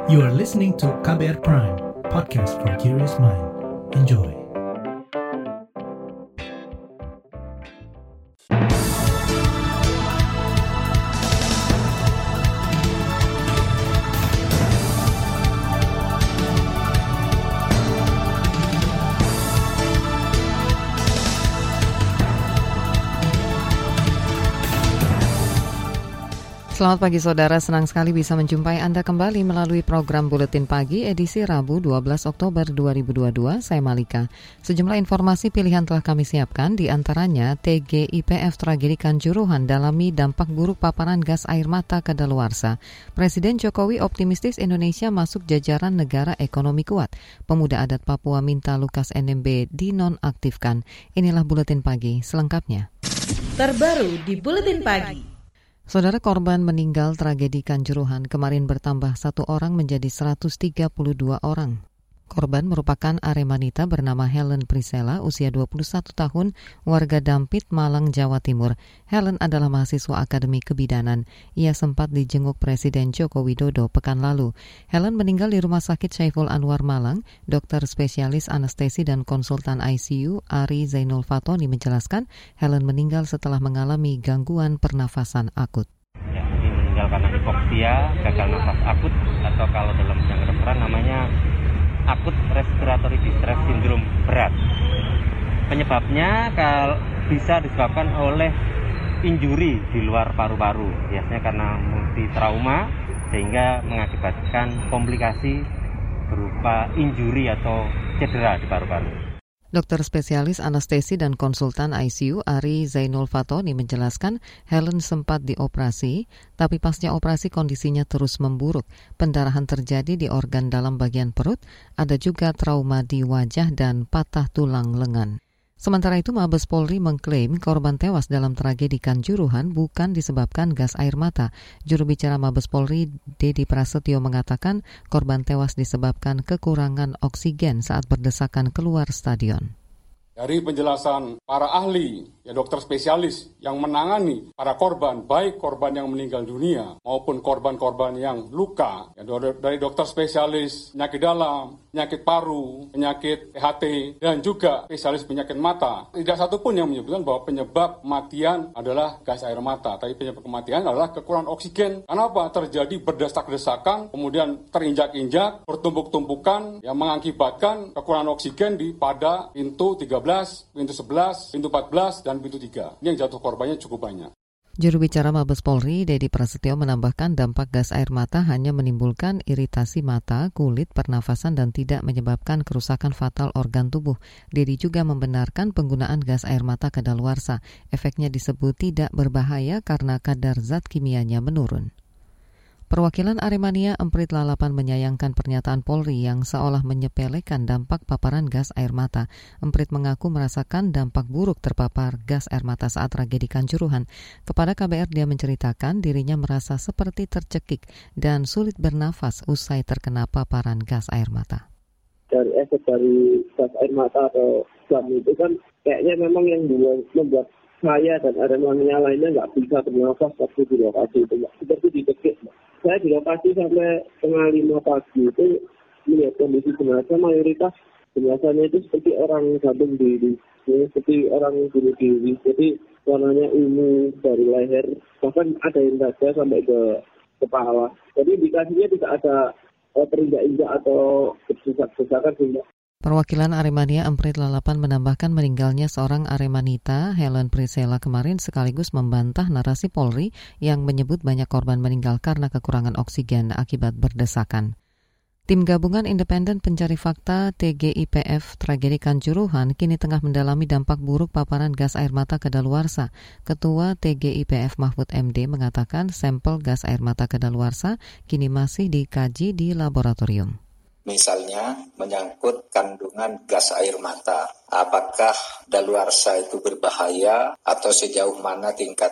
You are listening to KBR Prime, podcast for curious mind. Enjoy. Selamat pagi saudara, senang sekali bisa menjumpai Anda kembali melalui program Buletin Pagi edisi Rabu 12 Oktober 2022, saya Malika. Sejumlah informasi pilihan telah kami siapkan, di antaranya TGIPF tragedi Kanjuruhan dalami dampak buruk paparan gas air mata kadaluarsa. Presiden Jokowi optimistis Indonesia masuk jajaran negara ekonomi kuat. Pemuda adat Papua minta Lukas NMB dinonaktifkan. Inilah Buletin Pagi selengkapnya. Terbaru di Buletin Pagi. Saudara, korban meninggal tragedi Kanjuruhan kemarin bertambah 1 orang menjadi 132 orang. Korban merupakan Aremanita bernama Helen Priscilla, usia 21 tahun, warga Dampit, Malang, Jawa Timur. Helen adalah mahasiswa Akademi Kebidanan. Ia sempat dijenguk Presiden Joko Widodo pekan lalu. Helen meninggal di Rumah Sakit Syaiful Anwar Malang. Dokter spesialis anestesi dan konsultan ICU Ari Zainul Fatoni menjelaskan, Helen meninggal setelah mengalami gangguan pernafasan akut. Ya, ini meninggal karena hipoksia, gagal nafas akut, atau kalau dalam bidang kedokteran namanya akut respiratory distress syndrome berat. Penyebabnya bisa disebabkan oleh injuri di luar paru-paru, biasanya karena multitrauma, sehingga mengakibatkan komplikasi berupa injuri atau cedera di paru-paru. Dokter spesialis anestesi dan konsultan ICU Ari Zainul Fatoni menjelaskan Helen sempat dioperasi, tapi pasca operasi kondisinya terus memburuk. Pendarahan terjadi di organ dalam bagian perut, ada juga trauma di wajah dan patah tulang lengan. Sementara itu, Mabes Polri mengklaim korban tewas dalam tragedi Kanjuruhan bukan disebabkan gas air mata. Juru bicara Mabes Polri, Dedi Prasetyo, mengatakan korban tewas disebabkan kekurangan oksigen saat berdesakan keluar stadion. Dari penjelasan para ahli, dokter spesialis yang menangani para korban, baik korban yang meninggal dunia maupun korban-korban yang luka, dari dokter spesialis penyakit dalam, penyakit paru, penyakit THT, dan juga spesialis penyakit mata. Tidak satu pun yang menyebutkan bahwa penyebab kematian adalah gas air mata, tapi penyebab kematian adalah kekurangan oksigen. Kenapa? Terjadi berdesak-desakan, kemudian terinjak-injak, bertumpuk-tumpukan yang mengakibatkan kekurangan oksigen pada pintu 13, pintu 11, pintu 14, dan pintu 3. Ini yang jatuh korbannya cukup banyak. Juru bicara Mabes Polri, Dedi Prasetyo, menambahkan dampak gas air mata hanya menimbulkan iritasi mata, kulit, pernafasan, dan tidak menyebabkan kerusakan fatal organ tubuh. Dedi juga membenarkan penggunaan gas air mata kadaluarsa. Efeknya disebut tidak berbahaya karena kadar zat kimianya menurun. Perwakilan Aremania Emprit Lalapan menyayangkan pernyataan Polri yang seolah menyepelekan dampak paparan gas air mata. Emprit mengaku merasakan dampak buruk terpapar gas air mata saat tragedi Kanjuruhan. Kepada KBR, dia menceritakan dirinya merasa seperti tercekik dan sulit bernafas usai terkena paparan gas air mata. Dari efek dari gas air mata atau gas itu kan kayaknya memang yang membuat saya dan Aremania lainnya nggak bisa bernafas waktu di lokasi itu, seperti dicekik. Saya di lokasi sampai 4:30 pagi itu melihat kondisi jenazah, mayoritas jenazahnya itu seperti orang gantung diri, seperti orang bunuh diri. Jadi warnanya ungu dari leher, bahkan ada yang dada sampai ke kepala. Jadi indikasinya tidak ada terinjak-injak atau berdesak-desakan sehingga. Perwakilan Aremania Emprit Lalapan menambahkan meninggalnya seorang Aremanita, Helen Priscilla, kemarin sekaligus membantah narasi Polri yang menyebut banyak korban meninggal karena kekurangan oksigen akibat berdesakan. Tim Gabungan Independen Pencari Fakta TGIPF tragedi Kanjuruhan kini tengah mendalami dampak buruk paparan gas air mata kadaluarsa. Ketua TGIPF Mahfud MD mengatakan sampel gas air mata kadaluarsa kini masih dikaji di laboratorium. Misalnya menyangkut kandungan gas air mata. Apakah daluarsa itu berbahaya atau sejauh mana tingkat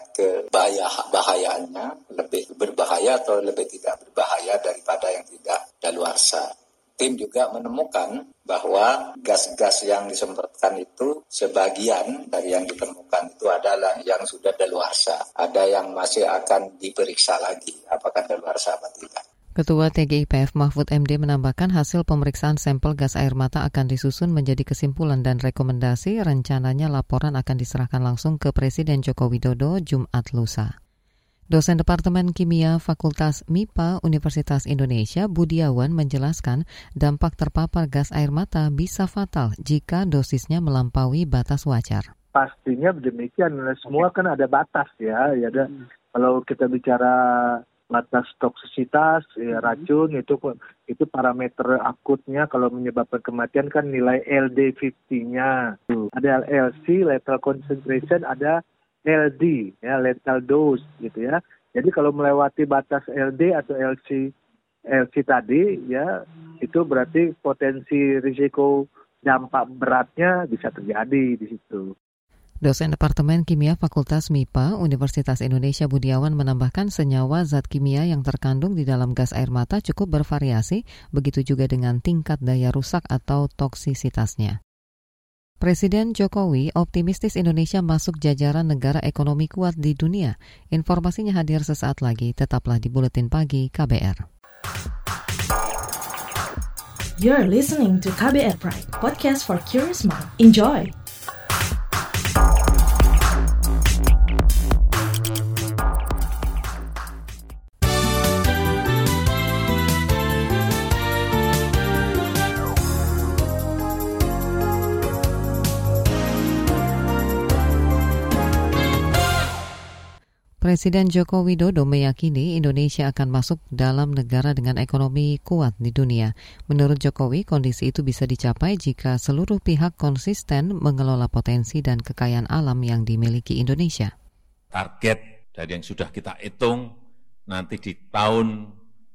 kebahayaannya, lebih berbahaya atau lebih tidak berbahaya daripada yang tidak daluarsa. Tim juga menemukan bahwa gas-gas yang disemprotkan itu sebagian dari yang ditemukan itu adalah yang sudah daluarsa. Ada yang masih akan diperiksa lagi apakah daluarsa atau tidak. Ketua TGIPF Mahfud MD menambahkan hasil pemeriksaan sampel gas air mata akan disusun menjadi kesimpulan dan rekomendasi. Rencananya laporan akan diserahkan langsung ke Presiden Joko Widodo Jumat lusa. Dosen Departemen Kimia Fakultas MIPA Universitas Indonesia Budiawan menjelaskan dampak terpapar gas air mata bisa fatal jika dosisnya melampaui batas wajar. Pastinya demikian, semua kan ada batas ya. Kalau kita bicara batas toksisitas, ya, racun itu parameter akutnya kalau menyebabkan kematian kan nilai LD50-nya. Ada LC, lethal concentration, ada LD, ya, lethal dose gitu ya. Jadi kalau melewati batas LD atau LC tadi ya, itu berarti potensi risiko dampak beratnya bisa terjadi di situ. Dosen Departemen Kimia Fakultas MIPA Universitas Indonesia Budiawan menambahkan senyawa zat kimia yang terkandung di dalam gas air mata cukup bervariasi, begitu juga dengan tingkat daya rusak atau toksisitasnya. Presiden Jokowi optimistis Indonesia masuk jajaran negara ekonomi kuat di dunia. Informasinya hadir sesaat lagi, tetaplah di Buletin Pagi KBR. You're listening to KBR Prime, podcast for curious mind. Enjoy! Presiden Joko Widodo meyakini Indonesia akan masuk dalam negara dengan ekonomi kuat di dunia. Menurut Jokowi, kondisi itu bisa dicapai jika seluruh pihak konsisten mengelola potensi dan kekayaan alam yang dimiliki Indonesia. Target dari yang sudah kita hitung, nanti di tahun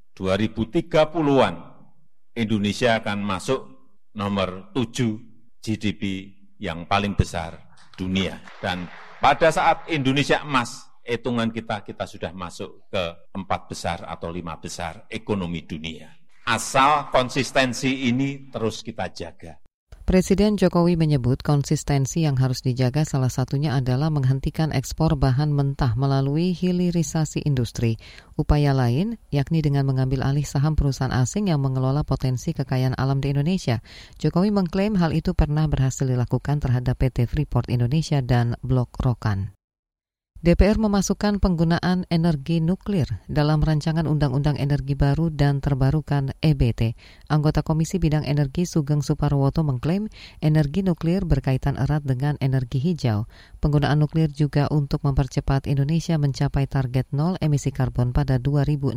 2030-an, Indonesia akan masuk nomor 7 GDP yang paling besar dunia. Dan pada saat Indonesia emas, hitungan kita sudah masuk ke 4 besar atau 5 besar ekonomi dunia. Asal konsistensi ini terus kita jaga. Presiden Jokowi menyebut konsistensi yang harus dijaga salah satunya adalah menghentikan ekspor bahan mentah melalui hilirisasi industri. Upaya lain yakni dengan mengambil alih saham perusahaan asing yang mengelola potensi kekayaan alam di Indonesia. Jokowi mengklaim hal itu pernah berhasil dilakukan terhadap PT Freeport Indonesia dan Blok Rokan. DPR memasukkan penggunaan energi nuklir dalam rancangan Undang-Undang Energi Baru dan Terbarukan EBT. Anggota Komisi Bidang Energi Sugeng Suparwoto mengklaim energi nuklir berkaitan erat dengan energi hijau. Penggunaan nuklir juga untuk mempercepat Indonesia mencapai target nol emisi karbon pada 2060.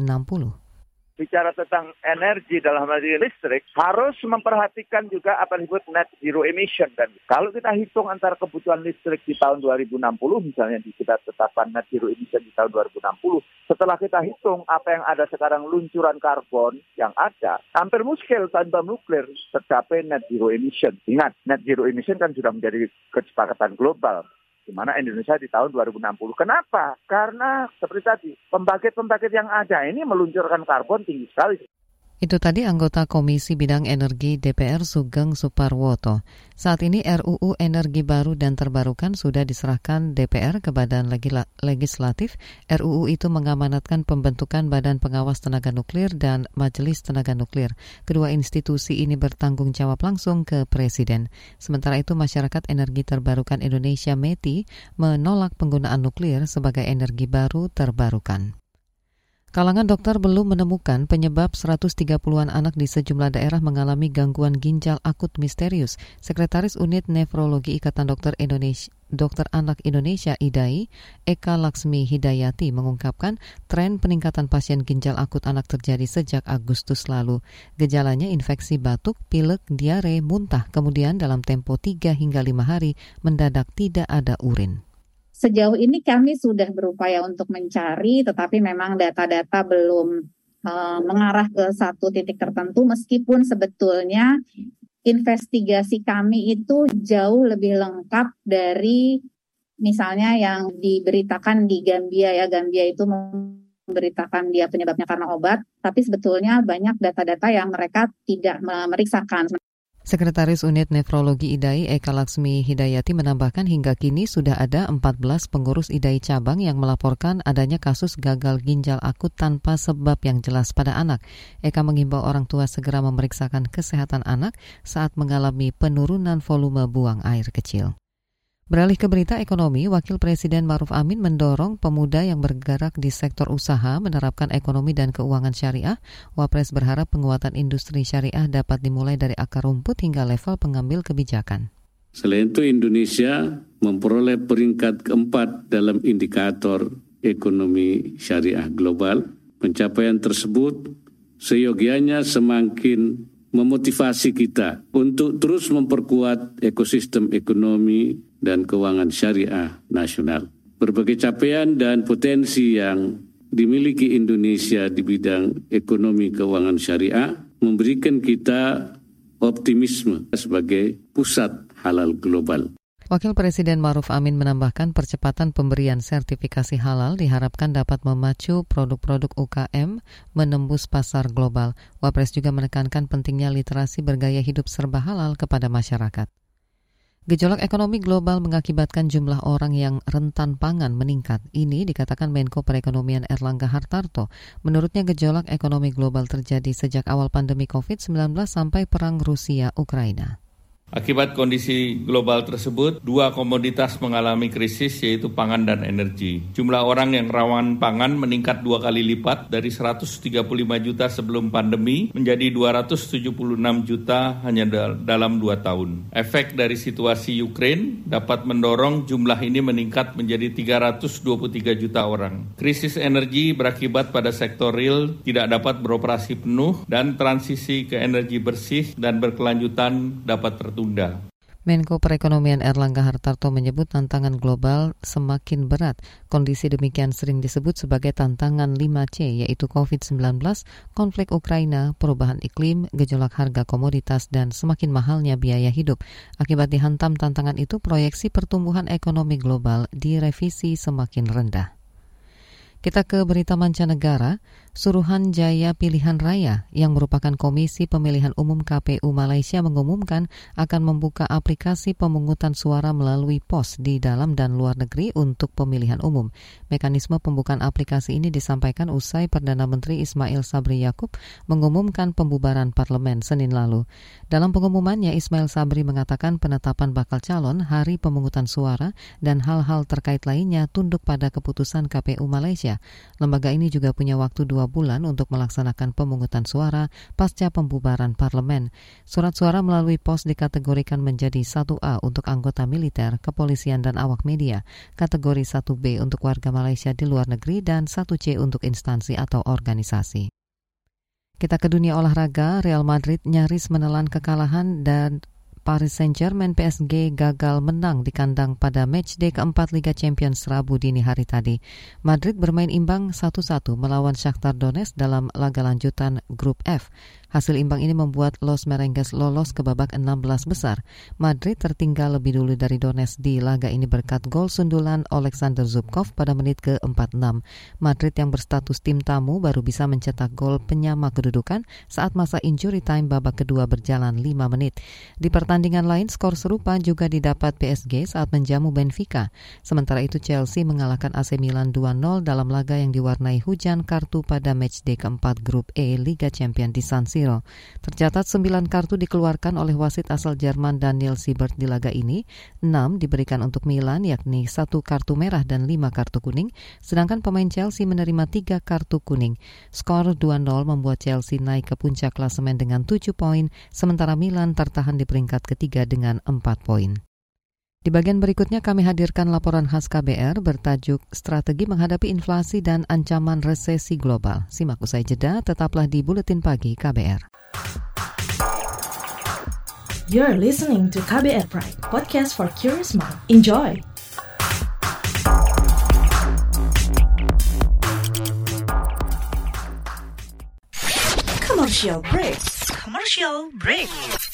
Bicara tentang energi dalam hal ini listrik, harus memperhatikan juga apa yang disebut net zero emission. Dan kalau kita hitung antara kebutuhan listrik di tahun 2060, misalnya kita tetapkan net zero emission di tahun 2060, setelah kita hitung apa yang ada sekarang luncuran karbon yang ada, hampir mustahil tanpa nuklir tercapai net zero emission. Ingat, net zero emission kan sudah menjadi kesepakatan global, di mana Indonesia di tahun 2060. Kenapa? Karena seperti tadi, pembangkit-pembangkit yang ada ini meluncurkan karbon tinggi sekali. Itu tadi anggota Komisi Bidang Energi DPR Sugeng Suparwoto. Saat ini RUU Energi Baru dan Terbarukan sudah diserahkan DPR ke Badan Legislatif. RUU itu mengamanatkan pembentukan Badan Pengawas Tenaga Nuklir dan Majelis Tenaga Nuklir. Kedua institusi ini bertanggung jawab langsung ke Presiden. Sementara itu Masyarakat Energi Terbarukan Indonesia METI menolak penggunaan nuklir sebagai energi baru terbarukan. Kalangan dokter belum menemukan penyebab 130-an anak di sejumlah daerah mengalami gangguan ginjal akut misterius. Sekretaris Unit Nefrologi Ikatan Dokter Anak Indonesia IDAI, Eka Laksmi Hidayati mengungkapkan tren peningkatan pasien ginjal akut anak terjadi sejak Agustus lalu. Gejalanya infeksi batuk, pilek, diare, muntah, kemudian dalam tempo 3 hingga 5 hari mendadak tidak ada urin. Sejauh ini kami sudah berupaya untuk mencari, tetapi memang data-data belum mengarah ke satu titik tertentu, meskipun sebetulnya investigasi kami itu jauh lebih lengkap dari misalnya yang diberitakan di Gambia ya. Gambia itu memberitakan dia penyebabnya karena obat, tapi sebetulnya banyak data-data yang mereka tidak memeriksakan. Sekretaris Unit Nefrologi IDAI Eka Laksmi Hidayati menambahkan hingga kini sudah ada 14 pengurus IDAI cabang yang melaporkan adanya kasus gagal ginjal akut tanpa sebab yang jelas pada anak. Eka mengimbau orang tua segera memeriksakan kesehatan anak saat mengalami penurunan volume buang air kecil. Beralih ke berita ekonomi, Wakil Presiden Ma'ruf Amin mendorong pemuda yang bergerak di sektor usaha menerapkan ekonomi dan keuangan syariah. Wapres berharap penguatan industri syariah dapat dimulai dari akar rumput hingga level pengambil kebijakan. Selain itu, Indonesia memperoleh peringkat keempat dalam indikator ekonomi syariah global. Pencapaian tersebut seyogianya semakin memotivasi kita untuk terus memperkuat ekosistem ekonomi dan keuangan syariah nasional. Berbagai capaian dan potensi yang dimiliki Indonesia di bidang ekonomi keuangan syariah memberikan kita optimisme sebagai pusat halal global. Wakil Presiden Ma'ruf Amin menambahkan percepatan pemberian sertifikasi halal diharapkan dapat memacu produk-produk UKM menembus pasar global. Wapres juga menekankan pentingnya literasi bergaya hidup serba halal kepada masyarakat. Gejolak ekonomi global mengakibatkan jumlah orang yang rentan pangan meningkat. Ini dikatakan Menko Perekonomian Erlangga Hartarto. Menurutnya gejolak ekonomi global terjadi sejak awal pandemi COVID-19 sampai perang Rusia-Ukraina. Akibat kondisi global tersebut, dua komoditas mengalami krisis yaitu pangan dan energi. Jumlah orang yang rawan pangan meningkat 2 kali lipat dari 135 juta sebelum pandemi menjadi 276 juta hanya dalam 2 tahun. Efek dari situasi Ukraina dapat mendorong jumlah ini meningkat menjadi 323 juta orang. Krisis energi berakibat pada sektor real tidak dapat beroperasi penuh dan transisi ke energi bersih dan berkelanjutan dapat tertunda. Menko Perekonomian Erlangga Hartarto menyebut tantangan global semakin berat. Kondisi demikian sering disebut sebagai tantangan 5C, yaitu COVID-19, konflik Ukraina, perubahan iklim, gejolak harga komoditas, dan semakin mahalnya biaya hidup. Akibat dihantam tantangan itu, proyeksi pertumbuhan ekonomi global direvisi semakin rendah. Kita ke berita mancanegara. Suruhanjaya Pilihan Raya yang merupakan Komisi Pemilihan Umum KPU Malaysia mengumumkan akan membuka aplikasi pemungutan suara melalui pos di dalam dan luar negeri untuk pemilihan umum. Mekanisme pembukaan aplikasi ini disampaikan usai Perdana Menteri Ismail Sabri Yaakob mengumumkan pembubaran parlemen Senin lalu. Dalam pengumumannya, Ismail Sabri mengatakan penetapan bakal calon, hari pemungutan suara, dan hal-hal terkait lainnya tunduk pada keputusan KPU Malaysia. Lembaga ini juga punya waktu 2 bulan untuk melaksanakan pemungutan suara pasca pembubaran parlemen. Surat suara melalui pos dikategorikan menjadi 1A untuk anggota militer, kepolisian, dan awak media, kategori 1B untuk warga Malaysia di luar negeri, dan 1C untuk instansi atau organisasi. Kita ke dunia olahraga. Real Madrid nyaris menelan kekalahan dan Paris Saint-Germain PSG gagal menang di kandang pada matchday keempat Liga Champions Rabu dini hari tadi. Madrid bermain imbang 1-1 melawan Shakhtar Donetsk dalam laga lanjutan Grup F. Hasil imbang ini membuat Los Merengues lolos ke babak 16 besar. Madrid tertinggal lebih dulu dari Donetsk di laga ini berkat gol sundulan Alexander Zubkov pada menit ke-46. Madrid yang berstatus tim tamu baru bisa mencetak gol penyama kedudukan saat masa injury time babak kedua berjalan 5 menit. Di pertandingan lain, skor serupa juga didapat PSG saat menjamu Benfica. Sementara itu Chelsea mengalahkan AC Milan 2-0 dalam laga yang diwarnai hujan kartu pada matchday keempat Grup E Liga Champions di San Siro. Tercatat 9 kartu dikeluarkan oleh wasit asal Jerman Daniel Siebert di laga ini. 6 diberikan untuk Milan, yakni 1 kartu merah dan 5 kartu kuning, sedangkan pemain Chelsea menerima 3 kartu kuning. Skor 2-0 membuat Chelsea naik ke puncak klasemen dengan 7 poin, sementara Milan tertahan di peringkat ketiga dengan 4 poin. Di bagian berikutnya kami hadirkan laporan khas KBR bertajuk Strategi Menghadapi Inflasi dan Ancaman Resesi Global. Simak usai jeda, tetaplah di Buletin Pagi KBR. You're listening to KBR Pride, podcast for curious mind. Enjoy! Commercial break. Commercial break.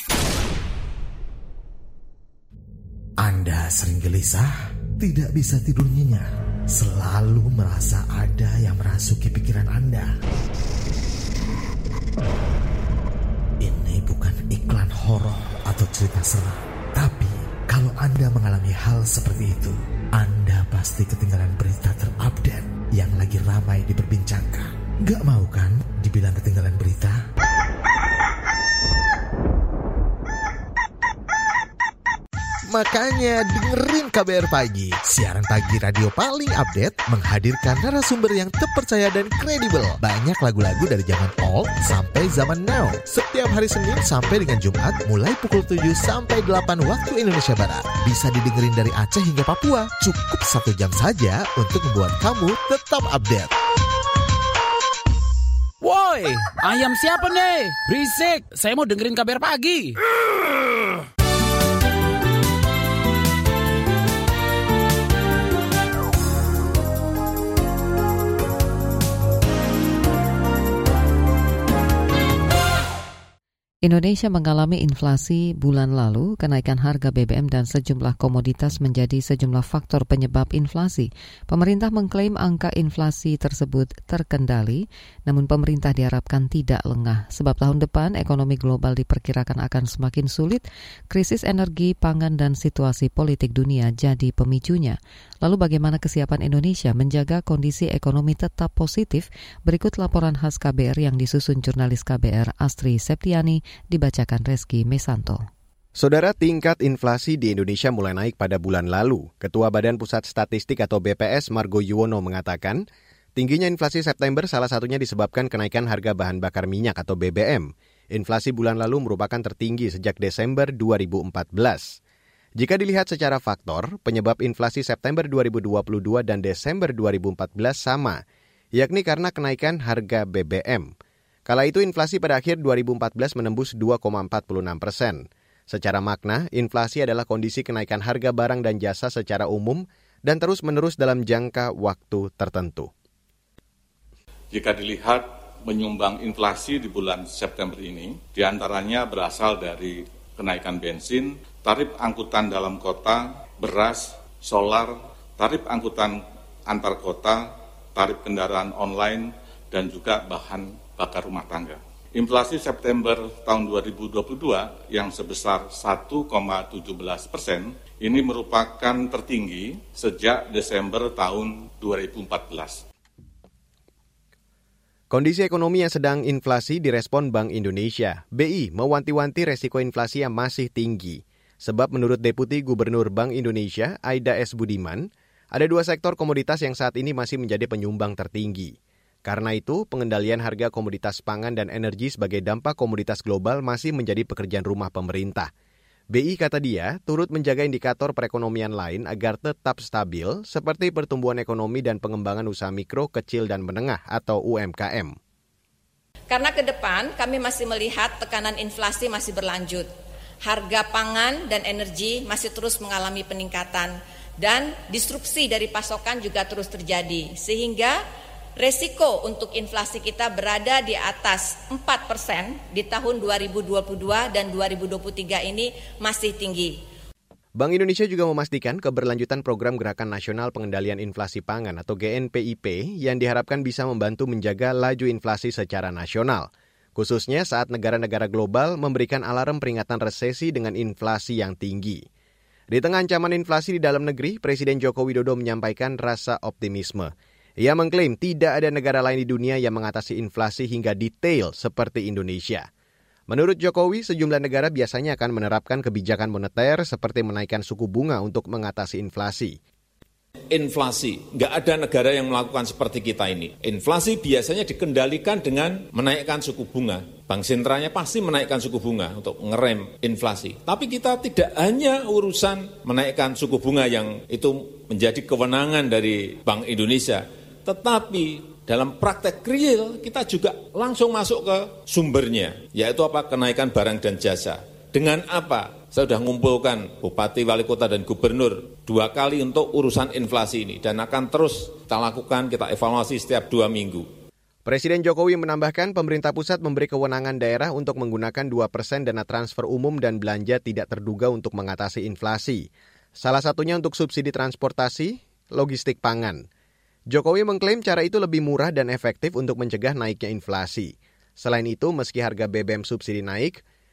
Anda sering gelisah, tidak bisa tidur nyenyak, selalu merasa ada yang merasuki pikiran Anda. Ini bukan iklan horor atau cerita seram. Tapi kalau Anda mengalami hal seperti itu, Anda pasti ketinggalan berita terupdate yang lagi ramai diperbincangkan. Gak mau kan dibilang ketinggalan berita? Makanya dengerin KBR Pagi, siaran pagi radio paling update, menghadirkan narasumber yang terpercaya dan kredibel. Banyak lagu-lagu dari zaman old sampai zaman now. Setiap hari Senin sampai dengan Jumat mulai pukul 7 sampai 8 waktu Indonesia Barat. Bisa didengerin dari Aceh hingga Papua. Cukup 1 jam saja untuk membuat kamu tetap update. Woi, ayam siapa nih? Berisik, saya mau dengerin KBR Pagi. Indonesia mengalami inflasi bulan lalu, kenaikan harga BBM dan sejumlah komoditas menjadi sejumlah faktor penyebab inflasi. Pemerintah mengklaim angka inflasi tersebut terkendali, namun pemerintah diharapkan tidak lengah. Sebab tahun depan ekonomi global diperkirakan akan semakin sulit, krisis energi, pangan, dan situasi politik dunia jadi pemicunya. Lalu bagaimana kesiapan Indonesia menjaga kondisi ekonomi tetap positif? Berikut laporan khas KBR yang disusun jurnalis KBR Astri Septiani, dibacakan Reski Mesanto. Saudara, tingkat inflasi di Indonesia mulai naik pada bulan lalu. Ketua Badan Pusat Statistik atau BPS Margo Yuwono mengatakan, tingginya inflasi September salah satunya disebabkan kenaikan harga bahan bakar minyak atau BBM. Inflasi bulan lalu merupakan tertinggi sejak Desember 2014. Jika dilihat secara faktor, penyebab inflasi September 2022 dan Desember 2014 sama, yakni karena kenaikan harga BBM. Kala itu inflasi pada akhir 2014 menembus 2,46%. Secara makna, inflasi adalah kondisi kenaikan harga barang dan jasa secara umum dan terus-menerus dalam jangka waktu tertentu. Jika dilihat menyumbang inflasi di bulan September ini, diantaranya berasal dari kenaikan bensin, tarif angkutan dalam kota, beras, solar, tarif angkutan antar kota, tarif kendaraan online, dan juga bahan bakar rumah tangga. Inflasi September tahun 2022 yang sebesar 1,17% ini merupakan tertinggi sejak Desember tahun 2014. Kondisi ekonomi yang sedang inflasi direspon Bank Indonesia. BI mewanti-wanti resiko inflasi yang masih tinggi. Sebab menurut Deputi Gubernur Bank Indonesia, Aida S. Budiman, ada 2 sektor komoditas yang saat ini masih menjadi penyumbang tertinggi. Karena itu, pengendalian harga komoditas pangan dan energi sebagai dampak komoditas global masih menjadi pekerjaan rumah pemerintah. BI, kata dia, turut menjaga indikator perekonomian lain agar tetap stabil, seperti pertumbuhan ekonomi dan pengembangan usaha mikro, kecil, dan menengah atau UMKM. Karena ke depan kami masih melihat tekanan inflasi masih berlanjut. Harga pangan dan energi masih terus mengalami peningkatan dan disrupsi dari pasokan juga terus terjadi. Sehingga resiko untuk inflasi kita berada di atas 4% di tahun 2022 dan 2023 ini masih tinggi. Bank Indonesia juga memastikan keberlanjutan program Gerakan Nasional Pengendalian Inflasi Pangan atau GNPIP yang diharapkan bisa membantu menjaga laju inflasi secara nasional. Khususnya saat negara-negara global memberikan alarm peringatan resesi dengan inflasi yang tinggi. Di tengah ancaman inflasi di dalam negeri, Presiden Joko Widodo menyampaikan rasa optimisme. Ia mengklaim tidak ada negara lain di dunia yang mengatasi inflasi hingga detail seperti Indonesia. Menurut Jokowi, sejumlah negara biasanya akan menerapkan kebijakan moneter seperti menaikkan suku bunga untuk mengatasi inflasi. Inflasi, nggak ada negara yang melakukan seperti kita ini. Inflasi biasanya dikendalikan dengan menaikkan suku bunga. Bank sentralnya pasti menaikkan suku bunga untuk ngerem inflasi. Tapi kita tidak hanya urusan menaikkan suku bunga yang itu menjadi kewenangan dari Bank Indonesia. Tetapi dalam praktek real kita juga langsung masuk ke sumbernya, yaitu apa? Kenaikan barang dan jasa. Dengan apa? Saya sudah mengumpulkan Bupati, Wali Kota, dan Gubernur 2 kali untuk urusan inflasi ini. Dan akan terus kita lakukan, kita evaluasi setiap 2 minggu. Presiden Jokowi menambahkan pemerintah pusat memberi kewenangan daerah untuk menggunakan 2% dana transfer umum dan belanja tidak terduga untuk mengatasi inflasi. Salah satunya untuk subsidi transportasi, logistik pangan. Jokowi mengklaim cara itu lebih murah dan efektif untuk mencegah naiknya inflasi. Selain itu, meski harga BBM subsidi naik,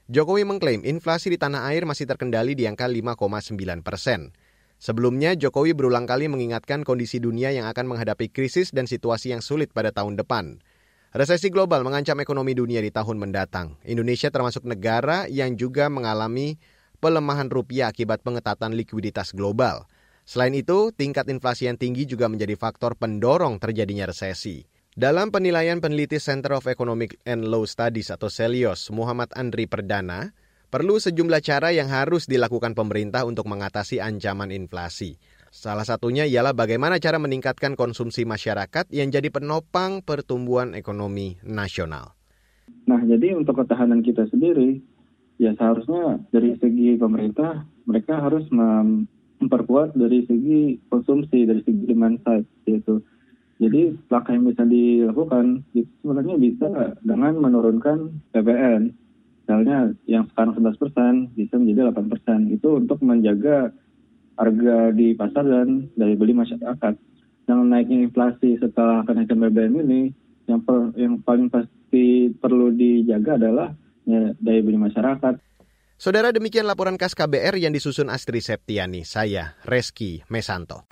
Jokowi mengklaim inflasi di tanah air masih terkendali di angka 5,9%. Sebelumnya, Jokowi berulang kali mengingatkan kondisi dunia yang akan menghadapi krisis dan situasi yang sulit pada tahun depan. Resesi global mengancam ekonomi dunia di tahun mendatang. Indonesia termasuk negara yang juga mengalami pelemahan rupiah akibat pengetatan likuiditas global. Selain itu, tingkat inflasi yang tinggi juga menjadi faktor pendorong terjadinya resesi. Dalam penilaian peneliti Center of Economic and Law Studies atau CELIOS, Muhammad Andri Perdana, perlu sejumlah cara yang harus dilakukan pemerintah untuk mengatasi ancaman inflasi. Salah satunya ialah bagaimana cara meningkatkan konsumsi masyarakat yang jadi penopang pertumbuhan ekonomi nasional. Nah, jadi untuk ketahanan kita sendiri, ya seharusnya dari segi pemerintah, mereka harus memperkuat dari segi konsumsi, dari segi demand side, yaitu. Jadi langkah yang bisa dilakukan itu sebenarnya bisa dengan menurunkan PPN. Misalnya yang sekarang 11% bisa menjadi 8%. Itu untuk menjaga harga di pasar dan daya beli masyarakat. Dengan naiknya inflasi setelah kenaikan BBM ini, yang paling pasti perlu dijaga adalah daya beli masyarakat. Saudara, demikian laporan khas KBR yang disusun Astri Septiani. Saya Reski Mesanto.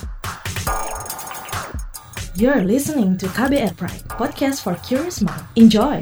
You're listening to KBR Pride, podcast for curious mind. Enjoy!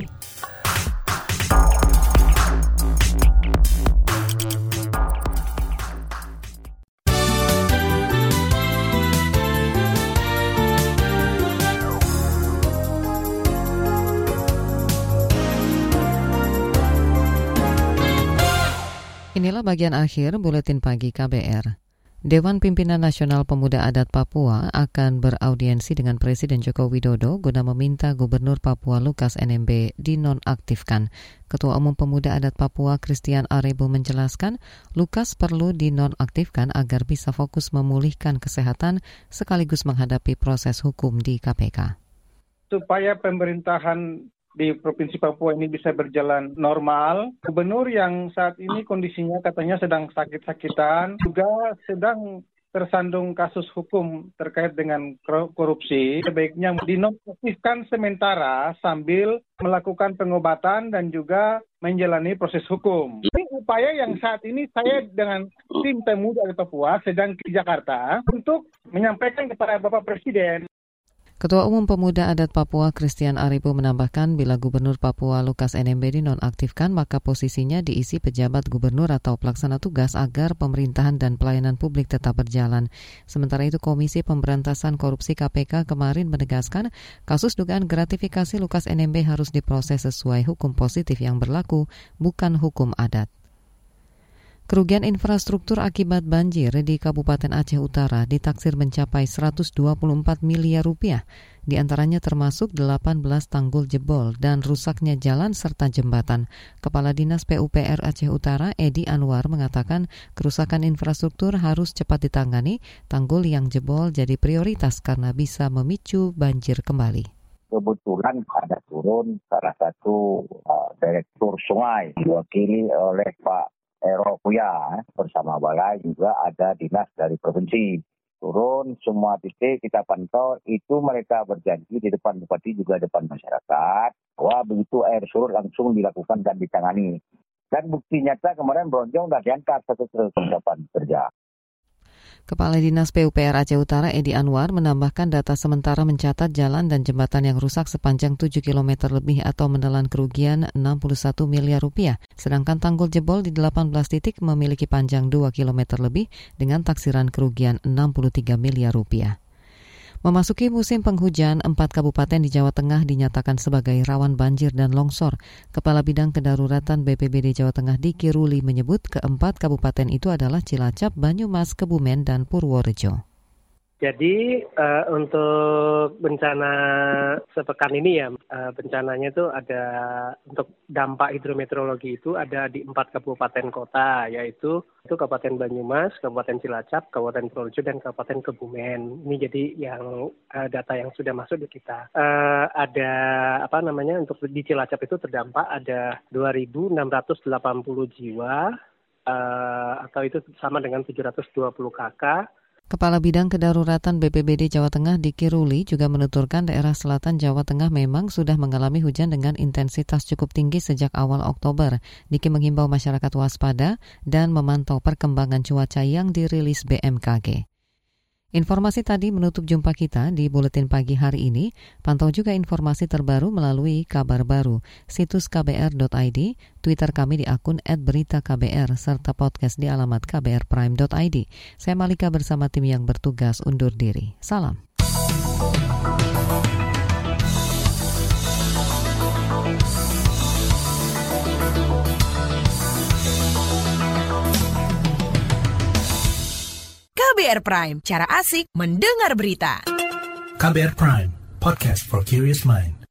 Inilah bagian akhir Buletin Pagi KBR. Dewan Pimpinan Nasional Pemuda Adat Papua akan beraudiensi dengan Presiden Joko Widodo guna meminta Gubernur Papua Lukas NMB dinonaktifkan. Ketua Umum Pemuda Adat Papua Christian Arebu menjelaskan, Lukas perlu dinonaktifkan agar bisa fokus memulihkan kesehatan sekaligus menghadapi proses hukum di KPK. Supaya pemerintahan di Provinsi Papua ini bisa berjalan normal. Gubernur yang saat ini kondisinya katanya sedang sakit-sakitan, juga sedang tersandung kasus hukum terkait dengan korupsi. Sebaiknya dinonaktifkan sementara sambil melakukan pengobatan dan juga menjalani proses hukum. Ini upaya yang saat ini saya dengan tim Pemuda di Papua sedang di Jakarta untuk menyampaikan kepada Bapak Presiden. Ketua Umum Pemuda Adat Papua Christian Arebu menambahkan bila Gubernur Papua Lukas NMB dinonaktifkan maka posisinya diisi pejabat gubernur atau pelaksana tugas agar pemerintahan dan pelayanan publik tetap berjalan. Sementara itu Komisi Pemberantasan Korupsi KPK kemarin menegaskan kasus dugaan gratifikasi Lukas NMB harus diproses sesuai hukum positif yang berlaku, bukan hukum adat. Kerugian infrastruktur akibat banjir di Kabupaten Aceh Utara ditaksir mencapai 124 miliar rupiah, di antaranya termasuk 18 tanggul jebol dan rusaknya jalan serta jembatan. Kepala Dinas PUPR Aceh Utara, Edi Anwar, mengatakan kerusakan infrastruktur harus cepat ditangani, tanggul yang jebol jadi prioritas karena bisa memicu banjir kembali. Kebetulan ada turun salah satu direktur sungai diwakili oleh Pak Eropuya bersama balai juga ada dinas dari provinsi. Turun semua titik kita pantau, itu mereka berjanji di depan bupati juga depan masyarakat bahwa begitu air surut langsung dilakukan dan ditangani. Dan bukti nyata kemarin Bronjong sudah diangkat satu persiapan kerja. Kepala Dinas PUPR Aceh Utara Edi Anwar menambahkan data sementara mencatat jalan dan jembatan yang rusak sepanjang 7 km lebih atau menelan kerugian 61 miliar rupiah. Sedangkan tanggul jebol di 18 titik memiliki panjang 2 km lebih dengan taksiran kerugian 63 miliar rupiah. Memasuki musim penghujan, 4 kabupaten di Jawa Tengah dinyatakan sebagai rawan banjir dan longsor. Kepala Bidang Kedaruratan BPBD Jawa Tengah Diki Ruli menyebut keempat kabupaten itu adalah Cilacap, Banyumas, Kebumen, dan Purworejo. Jadi untuk bencana sepekan ini ya, bencananya itu ada untuk dampak hidrometeorologi itu ada di 4 kabupaten kota, yaitu Kabupaten Banyumas, Kabupaten Cilacap, Kabupaten Purworejo, dan Kabupaten Kebumen. Ini jadi yang data yang sudah masuk di kita. Ada untuk di Cilacap itu terdampak ada 2.680 jiwa, atau itu sama dengan 720 kakak. Kepala Bidang Kedaruratan BPBD Jawa Tengah Diki Ruli juga menuturkan daerah selatan Jawa Tengah memang sudah mengalami hujan dengan intensitas cukup tinggi sejak awal Oktober. Diki menghimbau masyarakat waspada dan memantau perkembangan cuaca yang dirilis BMKG. Informasi tadi menutup jumpa kita di Buletin Pagi hari ini. Pantau juga informasi terbaru melalui Kabar Baru, situs kbr.id, Twitter kami di akun @beritaKBR, serta podcast di alamat kbrprime.id. Saya Malika bersama tim yang bertugas undur diri. Salam. KBR Prime, cara asik mendengar berita. KBR Prime, podcast for curious mind.